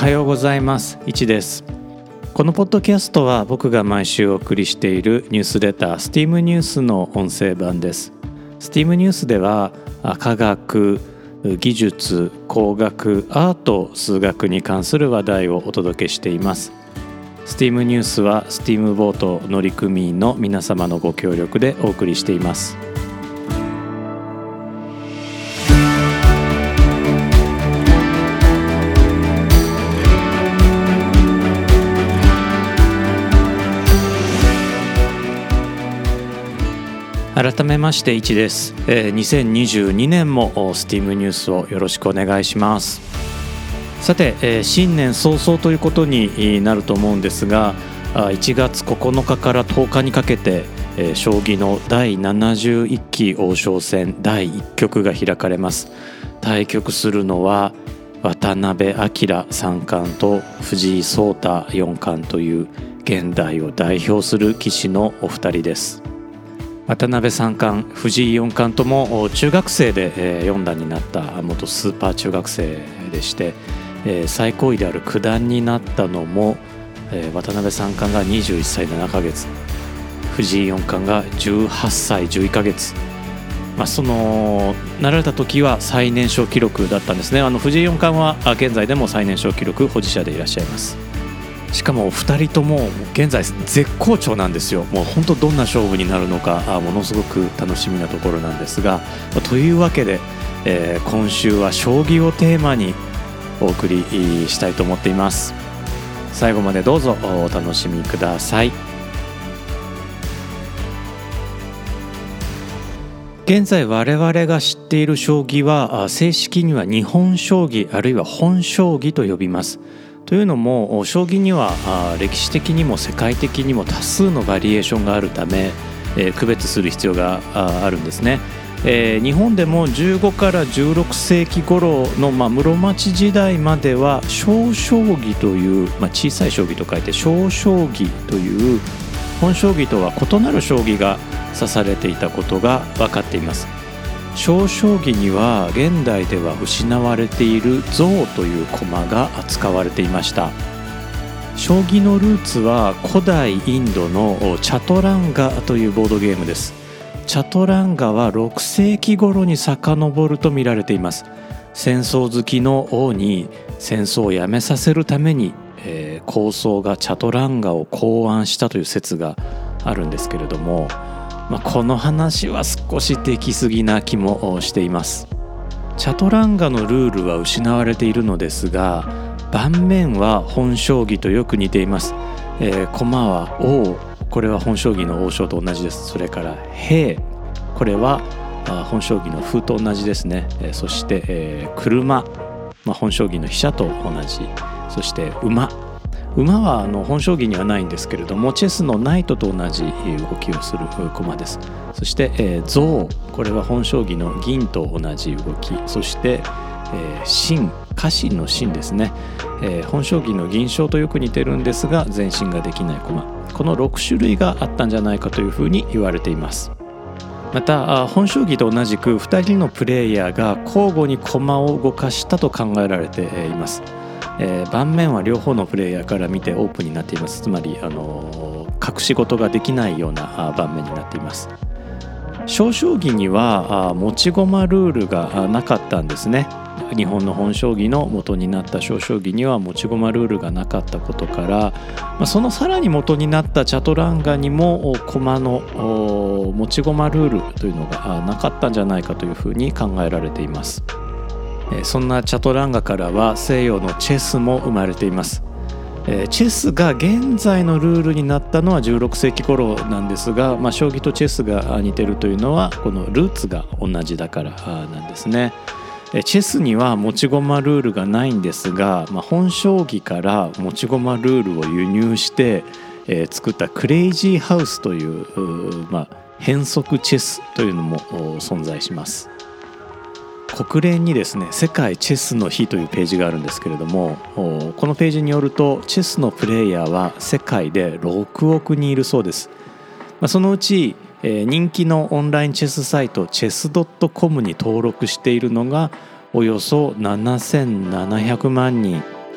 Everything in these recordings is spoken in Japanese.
はようございます。いちです。このポッドキャストは僕が毎週お送りしているニュースレター STEAM ニュースの音声版です。 STEAM ニュースでは科学、技術、工学、アート、数学に関する話題をお届けしています。 STEAM ニュースは STEAM ボート乗組員の皆様のご協力でお送りしています。改めましていちです。2022年も STEAM ニュースをよろしくお願いします。さて、新年早々ということになると思うんですが、1月9日から10日にかけて将棋の第71期王将戦第1局が開かれます。対局するのは渡辺明三冠と藤井聡太四冠という現代を代表する棋士のお二人です。渡辺三冠、藤井四冠とも中学生で四段になった元スーパー中学生でして、最高位である九段になったのも渡辺三冠が21歳7ヶ月、藤井四冠が18歳11ヶ月、なられた時は最年少記録だったんですね。藤井四冠は現在でも最年少記録保持者でいらっしゃいます。しかもお二人とも現在絶好調なんですよ。もう本当どんな勝負になるのかものすごく楽しみなところなんですが、というわけで、今週は将棋をテーマにお送りしたいと思っています。最後までどうぞお楽しみください。現在我々が知っている将棋は正式には日本将棋あるいは本将棋と呼びます。というのも将棋には歴史的にも世界的にも多数のバリエーションがあるため、区別する必要があるんですね。日本でも15から16世紀頃の、室町時代までは小将棋という、小さい将棋と書いて小将棋という本将棋とは異なる将棋が指されていたことが分かっています。小将棋には現代では失われている象という駒が扱われていました。将棋のルーツは古代インドのチャトランガというボードゲームです。チャトランガは6世紀頃に遡ると見られています。戦争好きの王に戦争をやめさせるために、高僧がチャトランガを考案したという説があるんですけれども、この話は少しできすぎな気もしています。チャトランガのルールは失われているのですが、盤面は本将棋とよく似ています。駒は王、これは本将棋の王将と同じです。それから兵、これは本将棋の歩と同じですね。そして、車、本将棋の飛車と同じ。そして馬は本将棋にはないんですけれども、チェスのナイトと同じ動きをする駒です。そして、象、これは本将棋の銀と同じ動き。そして、進、家臣の進ですね。本将棋の銀将とよく似てるんですが前進ができない駒、この6種類があったんじゃないかというふうに言われています。また本将棋と同じく2人のプレイヤーが交互に駒を動かしたと考えられています。盤面は両方のプレイヤーから見てオープンになっています。つまり隠し事ができないような盤面になっています。小将棋には持ち駒ルールがなかったんですね。日本の本将棋の元になった小将棋には持ち駒ルールがなかったことから、そのさらに元になったチャトランガにも駒の持ち駒ルールというのがなかったんじゃないかというふうに考えられています。そんなチャトランガからは西洋のチェスも生まれています。チェスが現在のルールになったのは16世紀頃なんですが、将棋とチェスが似てるというのはこのルーツが同じだからなんですね。チェスには持ち駒ルールがないんですが、本将棋から持ち駒ルールを輸入して、作ったクレイジーハウスという、変則チェスというのも存在します。国連にですね、世界チェスの日というページがあるんですけれども、このページによるとチェスのプレイヤーは世界で6億人いるそうです。そのうち人気のオンラインチェスサイトチェス .com に登録しているのがおよそ7700万人、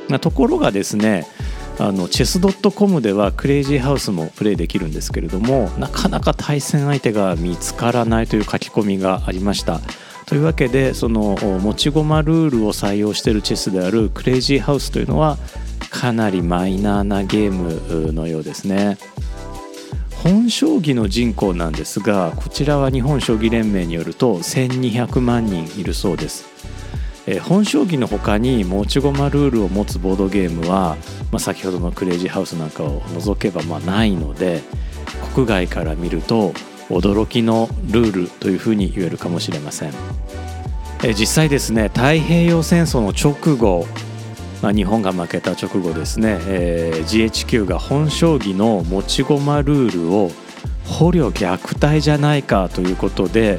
ところがですね、チェス .com ではクレイジーハウスもプレイできるんですけれども、なかなか対戦相手が見つからないという書き込みがありました。というわけで、その持ち駒ルールを採用しているチェスであるクレイジーハウスというのはかなりマイナーなゲームのようですね。本将棋の人口なんですが、こちらは日本将棋連盟によると1200万人いるそうです。本将棋の他に持ち駒ルールを持つボードゲームは、先ほどのクレイジーハウスなんかを除けばないので、国外から見ると驚きのルールというふうに言えるかもしれません。実際ですね、太平洋戦争の直後、日本が負けた直後ですね、GHQ が本将棋の持ち駒ルールを捕虜虐待じゃないかということで、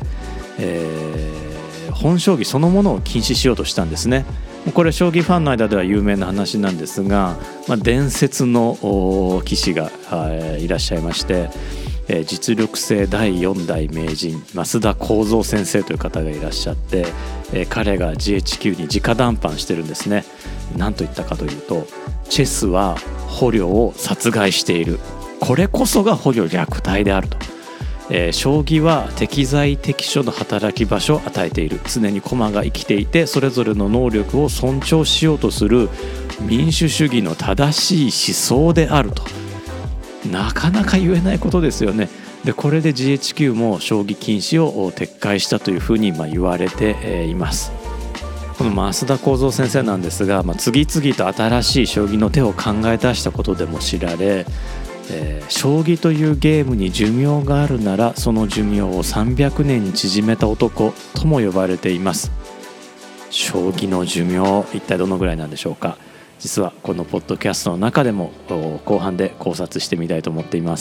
本将棋そのものを禁止しようとしたんですね。これ将棋ファンの間では有名な話なんですが、伝説の棋士がいらっしゃいまして、実力性第4代名人増田幸三先生という方がいらっしゃって、彼が GHQ に直談判してるんですね。何と言ったかというと、チェスは捕虜を殺害している、これこそが捕虜虐待であると、将棋は適材適所の働き場所を与えている、常に駒が生きていてそれぞれの能力を尊重しようとする民主主義の正しい思想であると、なかなか言えないことですよね。でこれで GHQ も将棋禁止を撤回したというふうに言われています。この増田幸三先生なんですが、次々と新しい将棋の手を考え出したことでも知られ、将棋というゲームに寿命があるならその寿命を300年に縮めた男とも呼ばれています。将棋の寿命、一体どのぐらいなんでしょうか。実はこのポッドキャストの中でも後半で考察してみたいと思っています。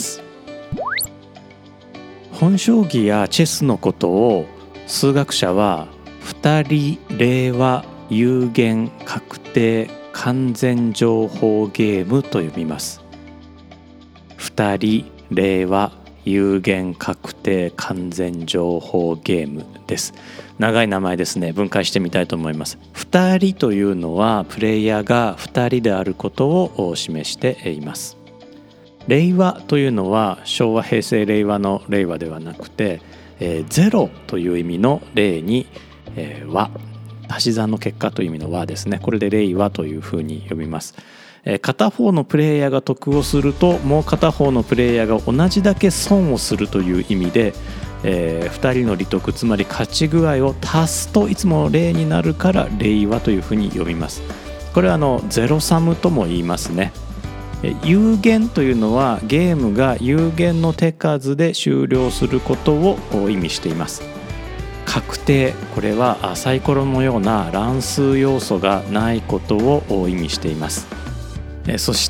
本将棋やチェスのことを数学者は二人令和有限確定完全情報ゲームと呼びます。二人令和有限確定完全情報ゲームです。長い名前ですね。分解してみたいと思います。二人というのはプレイヤーが二人であることを示しています。令和というのは昭和平成令和の令和ではなくて、ゼロという意味の令に、和、足し算の結果という意味の和ですね。これで令和というふうに呼びます。片方のプレイヤーが得をするともう片方のプレイヤーが同じだけ損をするという意味で、2人の利得、つまり勝ち具合を足すといつも令になるから令和というふうに呼びます。これはゼロサムとも言いますね。有限というのはゲームが有限の手数で終了することを意味しています。確定、これはサイコロのような乱数要素がないことを意味しています。そして、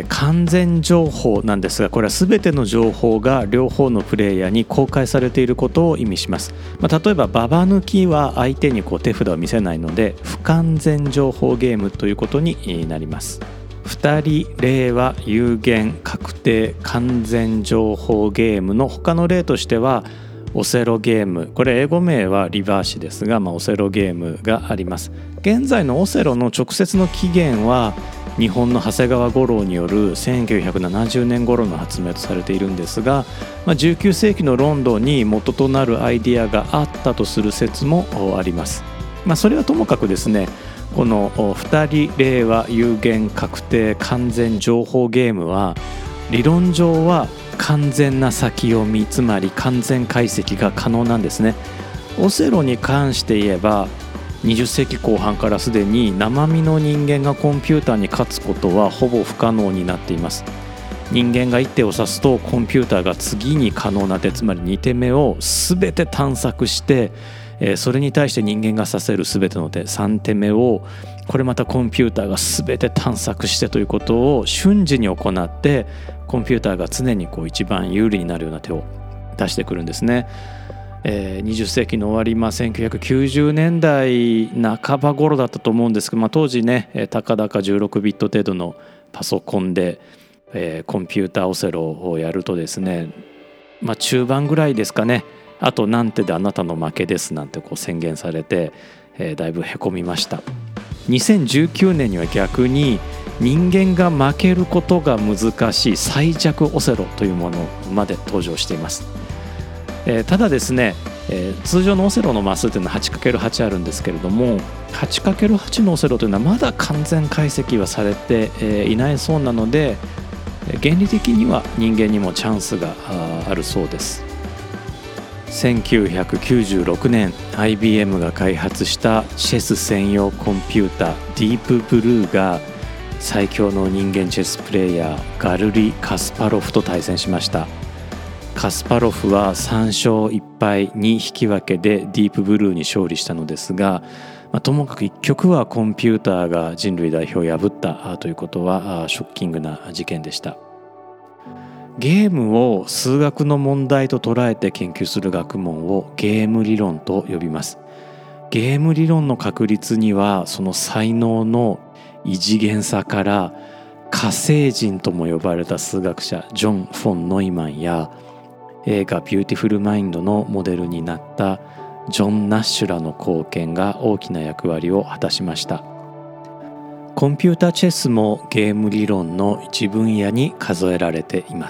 完全情報なんですが、これは全ての情報が両方のプレイヤーに公開されていることを意味します。例えばババ抜きは相手に手札を見せないので不完全情報ゲームということになります。二人令和有限確定完全情報ゲームの他の例としてはオセロゲーム、これ英語名はリバーシですが、オセロゲームがあります。現在のオセロの直接の起源は日本の長谷川五郎による1970年頃の発明とされているんですが、19世紀のロンドンに元となるアイディアがあったとする説もあります。それはともかくですね、この二人令和有限確定完全情報ゲームは理論上は完全な先読み、つまり完全解析が可能なんですね。オセロに関して言えば20世紀後半からすでに生身の人間がコンピューターに勝つことはほぼ不可能になっています。人間が一手を指すとコンピューターが次に可能な手、つまり2手目を全て探索して、それに対して人間が指せる全ての手3手目をこれまたコンピューターが全て探索してということを瞬時に行って、コンピューターが常に一番有利になるような手を出してくるんですね。20世紀の終わり、1990年代半ば頃だったと思うんですけど、当時ね、たかだか16ビット程度のパソコンで、コンピューターオセロをやるとですね、中盤ぐらいですかね、あと何手であなたの負けですなんて宣言されて、だいぶへこみました。 2019年には逆に人間が負けることが難しい最弱オセロというものまで登場しています。ただですね、通常のオセロのマスというのは 8×8 あるんですけれども、 8×8 のオセロというのはまだ完全解析はされていないそうなので、原理的には人間にもチャンスがあるそうです。1996年 IBM が開発したチェス専用コンピュータディープブルーが最強の人間チェスプレイヤーガルリ・カスパロフと対戦しました。カスパロフは3勝1敗2引き分けでディープブルーに勝利したのですが、ともかく一局はコンピューターが人類代表を破ったということはショッキングな事件でした。ゲームを数学の問題と捉えて研究する学問をゲーム理論と呼びます。ゲーム理論の確立にはその才能の異次元さから火星人とも呼ばれた数学者ジョン・フォン・ノイマンや映画ビューティフルマインドのモデルになったジョン・ナッシュらの貢献が大きな役割を果たしました。コンピュータチェスもゲーム理論の一分野に数えられています。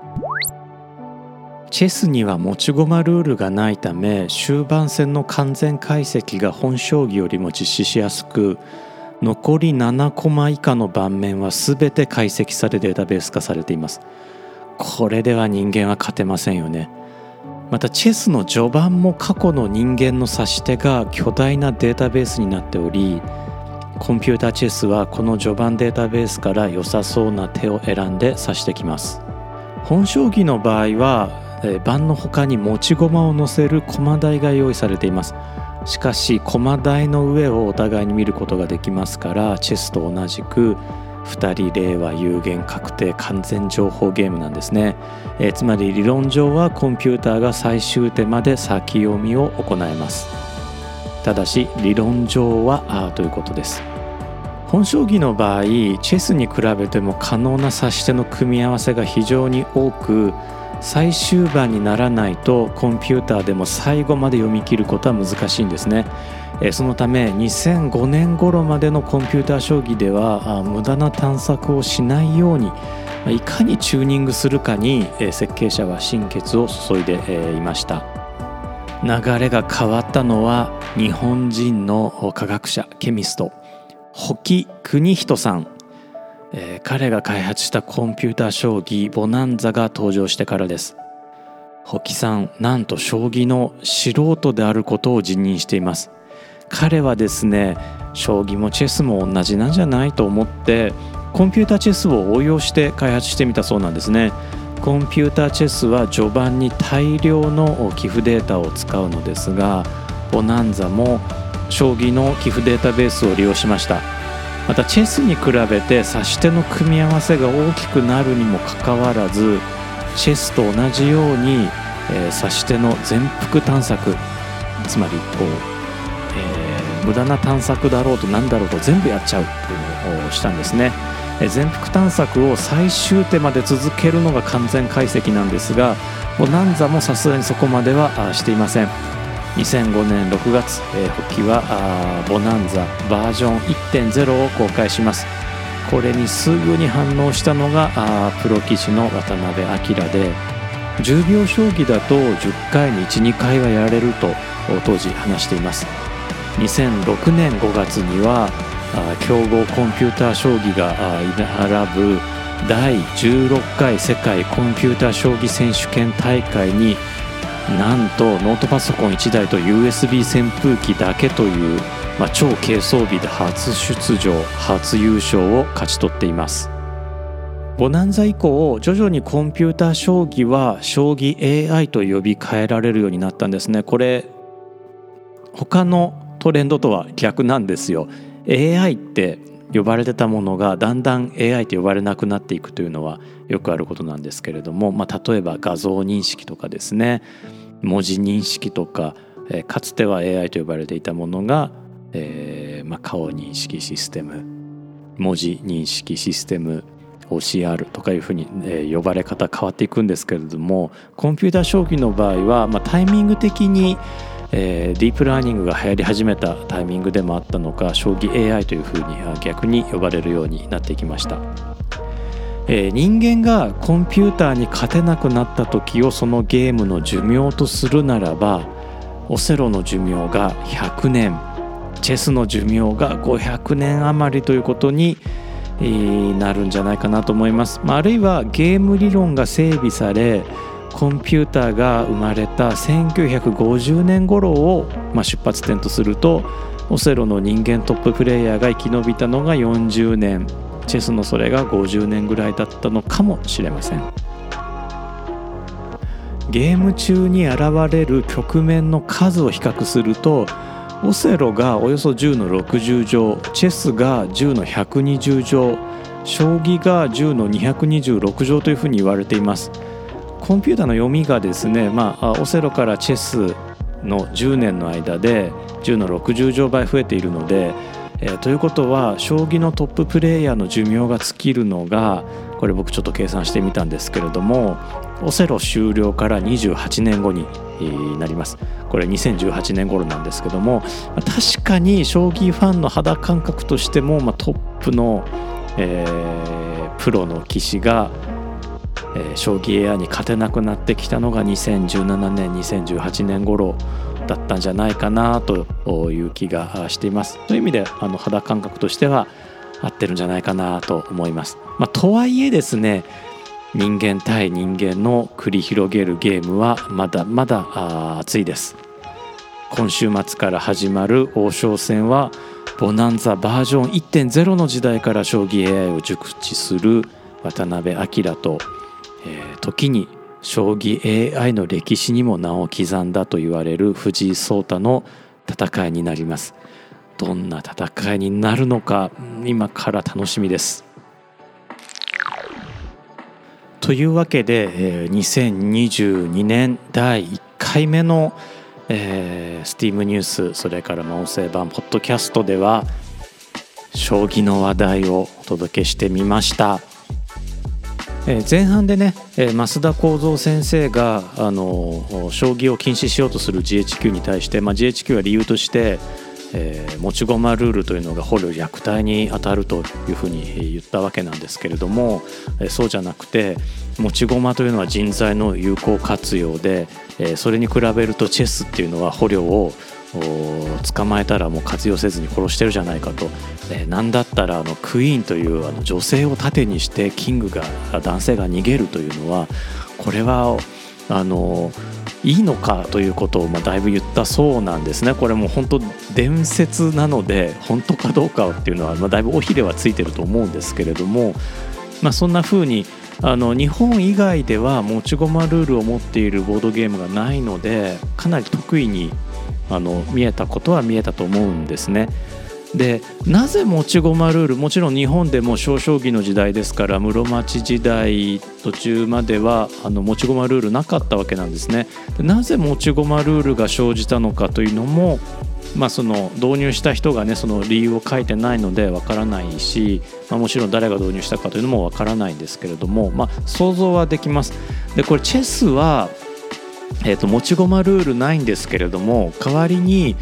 チェスには持ち駒ルールがないため、終盤戦の完全解析が本将棋よりも実施しやすく、残り7コマ以下の盤面は全て解析されデータベース化されています。これでは人間は勝てませんよね。またチェスの序盤も過去の人間の指し手が巨大なデータベースになっており、コンピュータチェスはこの序盤データベースから良さそうな手を選んで指してきます。本将棋の場合は盤の他に持ち駒を載せる駒台が用意されています。しかし駒台の上をお互いに見ることができますから、チェスと同じく2人令和有限確定完全情報ゲームなんですね。つまり理論上はコンピューターが最終手まで先読みを行えます。ただし理論上はということです。本将棋の場合、チェスに比べても可能な指し手の組み合わせが非常に多く、最終盤にならないとコンピューターでも最後まで読み切ることは難しいんですね。そのため2005年頃までのコンピューター将棋では無駄な探索をしないようにいかにチューニングするかに設計者は心血を注いでいました。流れが変わったのは日本人の科学者ケミスト保木邦人さん、彼が開発したコンピューター将棋ボナンザが登場してからです。保木さん、なんと将棋の素人であることを自認しています。彼はですね、将棋もチェスも同じなんじゃないと思ってコンピューターチェスを応用して開発してみたそうなんですね。コンピューターチェスは序盤に大量の棋譜データを使うのですが、ボナンザも将棋の棋譜データベースを利用しました。またチェスに比べて指し手の組み合わせが大きくなるにもかかわらず、チェスと同じように、指し手の全幅探索、つまり無駄な探索だろうと何だろうと全部やっちゃうというのをしたんですね。全幅探索を最終手まで続けるのが完全解析なんですが、ボナンザもさすがにそこまではしていません。2005年6月、保木はボナンザバージョン 1.0 を公開します。これにすぐに反応したのがプロ棋士の渡辺明で、10秒将棋だと10回に 1,2 回はやれると当時話しています。2006年5月には強豪コンピューター将棋が並ぶ第16回世界コンピューター将棋選手権大会に、なんとノートパソコン1台と USB 扇風機だけという、超軽装備で初出場初優勝を勝ち取っています。ボナンザ以降、徐々にコンピューター将棋は将棋 AI と呼び換えられるようになったんですね。これ他のトレンドとは逆なんですよ。 AI って呼ばれてたものがだんだん AI と呼ばれなくなっていくというのはよくあることなんですけれども、例えば画像認識とかですね、文字認識とか、かつては AI と呼ばれていたものが、顔認識システム、文字認識システム、OCR とかいうふうに、呼ばれ方変わっていくんですけれども、コンピューター将棋の場合は、タイミング的にディープラーニングが流行り始めたタイミングでもあったのか、将棋 AI というふうに逆に呼ばれるようになってきました。人間がコンピューターに勝てなくなった時をそのゲームの寿命とするならば、オセロの寿命が100年、チェスの寿命が500年余りということになるんじゃないかなと思います。あるいはゲーム理論が整備され、コンピューターが生まれた1950年頃を出発点とすると、オセロの人間トッププレイヤーが生き延びたのが40年、チェスのそれが50年ぐらいだったのかもしれません。ゲーム中に現れる局面の数を比較すると、オセロがおよそ10の60乗、チェスが10の120乗、将棋が10の226乗というふうに言われています。コンピューターの読みがですね、オセロからチェスの10年の間で10の60乗倍増えているので、ということは将棋のトッププレイヤーの寿命が尽きるのが、これ僕ちょっと計算してみたんですけれども、オセロ終了から28年後になります。これ2018年頃なんですけども、確かに将棋ファンの肌感覚としても、トップの、プロの棋士が将棋 AI に勝てなくなってきたのが2017年2018年頃だったんじゃないかなという気がしています。という意味で肌感覚としては合ってるんじゃないかなと思います。とはいえですね、人間対人間の繰り広げるゲームはまだまだ熱いです。今週末から始まる王将戦はボナンザバージョン 1.0 の時代から将棋 AI を熟知する渡辺明と、時に将棋 AI の歴史にも名を刻んだと言われる藤井聡太の戦いになります。どんな戦いになるのか今から楽しみです。というわけで、2022年第1回目の、STEAM ニュース、それから音声版ポッドキャストでは将棋の話題をお届けしてみました。前半でね、増田幸三先生が将棋を禁止しようとする GHQ に対して、GHQ は理由として持ち駒ルールというのが捕虜虐待に当たるというふうに言ったわけなんですけれども、そうじゃなくて持ち駒というのは人材の有効活用で、それに比べるとチェスっていうのは捕虜を捕まえたらもう活用せずに殺してるじゃないかと、なんだったらクイーンという女性を盾にしてキングが男性が逃げるというのは、これはいいのかということをだいぶ言ったそうなんですね。これも本当伝説なので本当かどうかっていうのはだいぶ尾ひれはついてると思うんですけれども、そんな風に日本以外では持ち駒ルールを持っているボードゲームがないので、かなり得意に見えたことは見えたと思うんですね。で、なぜ持ち駒ルール、もちろん日本でも小将棋の時代ですから、室町時代途中までは持ち駒ルールなかったわけなんですね。で、なぜ持ち駒ルールが生じたのかというのも、その導入した人がね、その理由を書いてないのでわからないし、もちろん誰が導入したかというのもわからないんですけれども、想像はできます。で、これチェスは持ち駒ルールないんですけれども、代わりに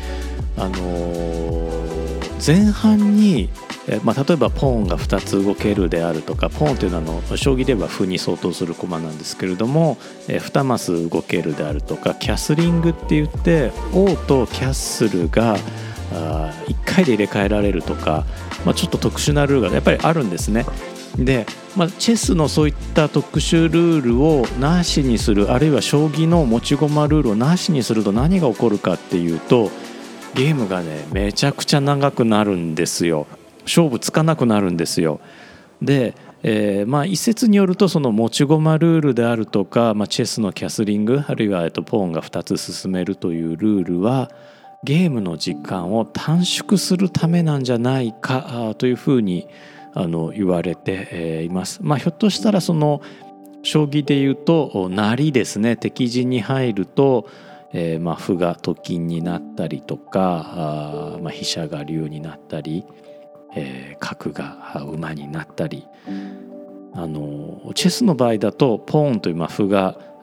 前半に、例えばポーンが2つ動けるであるとか、ポーンというのは将棋では歩に相当する駒なんですけれども、2マス動けるであるとか、キャスリングって言って王とキャッスルが1回で入れ替えられるとか、ちょっと特殊なルールがやっぱりあるんですね。で、チェスのそういった特殊ルールをなしにする、あるいは将棋の持ち駒ルールをなしにすると何が起こるかっていうと、ゲームがねめちゃくちゃ長くなるんですよ。勝負つかなくなるんですよ。で、一説によるとその持ち駒ルールであるとか、チェスのキャスリング、あるいはポーンが2つ進めるというルールはゲームの時間を短縮するためなんじゃないかというふうに言われています。ひょっとしたらその将棋でいうと成りですね、敵陣に入ると歩がと金になったりとか、飛車が竜になったり、角が馬になったり、チェスの場合だとポーンという歩が、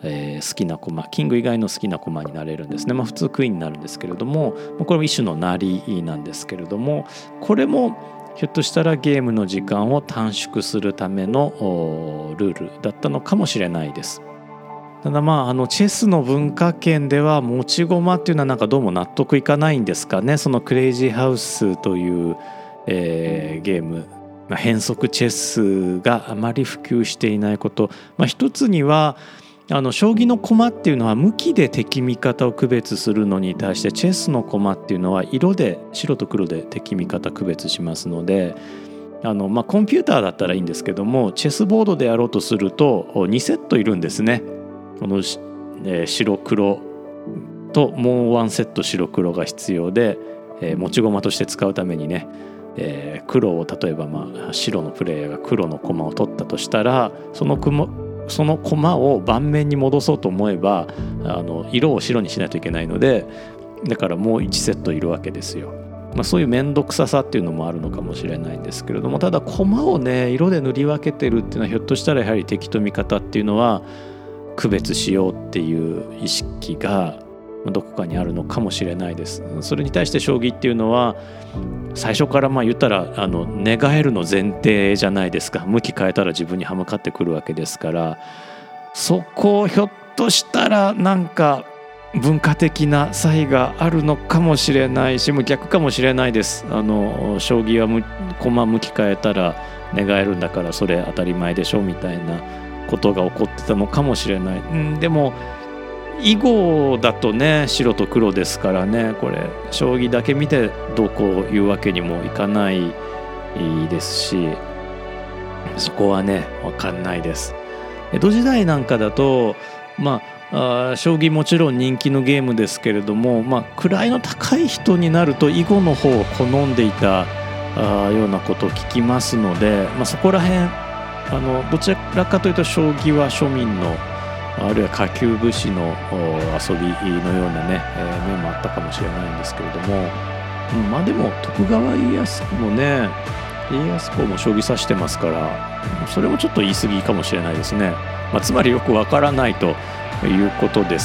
好きな駒、キング以外の好きな駒になれるんですね。普通クイーンになるんですけれども、これも一種の成りなんですけれども、これもひょっとしたらゲームの時間を短縮するためのルールだったのかもしれないです。ただチェスの文化圏では持ち駒っていうのはなんかどうも納得いかないんですかね。そのクレイジーハウスという、ゲーム、変則チェスがあまり普及していないこと、一つには将棋の駒っていうのは向きで敵味方を区別するのに対して、チェスの駒っていうのは色で白と黒で敵味方区別しますので、コンピューターだったらいいんですけども、チェスボードでやろうとすると2セットいるんですね。この、白黒ともう1セット白黒が必要で、持ち駒として使うためにね、黒を例えば白のプレイヤーが黒の駒を取ったとしたら、その駒を盤面に戻そうと思えば色を白にしないといけないので、だからもう1セットいるわけですよ。そういう面倒くささっていうのもあるのかもしれないんですけれども、ただ駒をね色で塗り分けてるっていうのは、ひょっとしたらやはり敵と味方っていうのは区別しようっていう意識がどこかにあるのかもしれないです。それに対して将棋っていうのは最初から言ったら寝返るの前提じゃないですか。向き変えたら自分に歯向かってくるわけですから、そこをひょっとしたらなんか文化的な差異があるのかもしれないし、逆かもしれないです。将棋は駒向き変えたら寝返るんだからそれ当たり前でしょみたいなことが起こってたのかもしれない。でも囲碁だとね白と黒ですからね、これ将棋だけ見てどうこういうわけにもいかないですし、そこはね分かんないです。江戸時代なんかだと将棋もちろん人気のゲームですけれども、位の高い人になると囲碁の方を好んでいたようなことを聞きますので、そこら辺どちらかというと将棋は庶民のあるいは下級武士の遊びのようなね、面もあったかもしれないんですけれども、でも徳川家康もね、家康公も将棋指してますから、それもちょっと言い過ぎかもしれないですね。つまりよくわからないということです。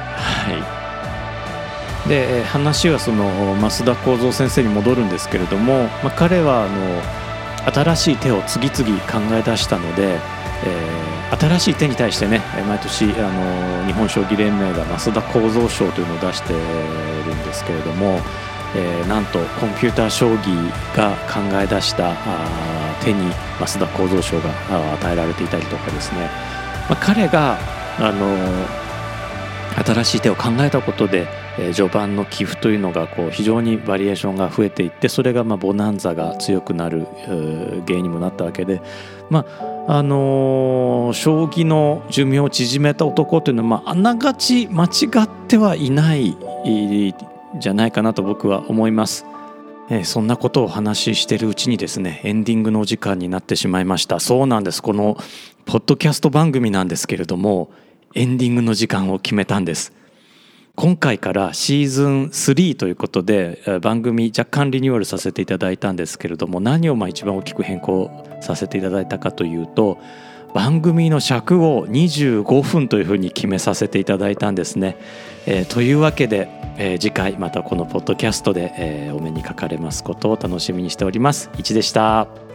で話はその増田幸三先生に戻るんですけれども、彼は新しい手を次々考え出したので、新しい手に対してね毎年日本将棋連盟が増田幸三賞というのを出してるんですけれども、なんとコンピューター将棋が考え出した手に増田幸三賞が与えられていたりとかですね、彼が新しい手を考えたことで、序盤の棋譜というのが非常にバリエーションが増えていって、それがボナンザが強くなる原因にもなったわけで、将棋の寿命を縮めた男というのは、あながち間違ってはいないじゃないかなと僕は思います。そんなことをお話ししているうちにですね、エンディングのお時間になってしまいました。そうなんです。このポッドキャスト番組なんですけれども、エンディングの時間を決めたんです。今回からシーズン3ということで番組若干リニューアルさせていただいたんですけれども、何を一番大きく変更させていただいたかというと、番組の尺を25分というふうに決めさせていただいたんですね。というわけで、次回またこのポッドキャストで、お目にかかれますことを楽しみにしております。いちでした。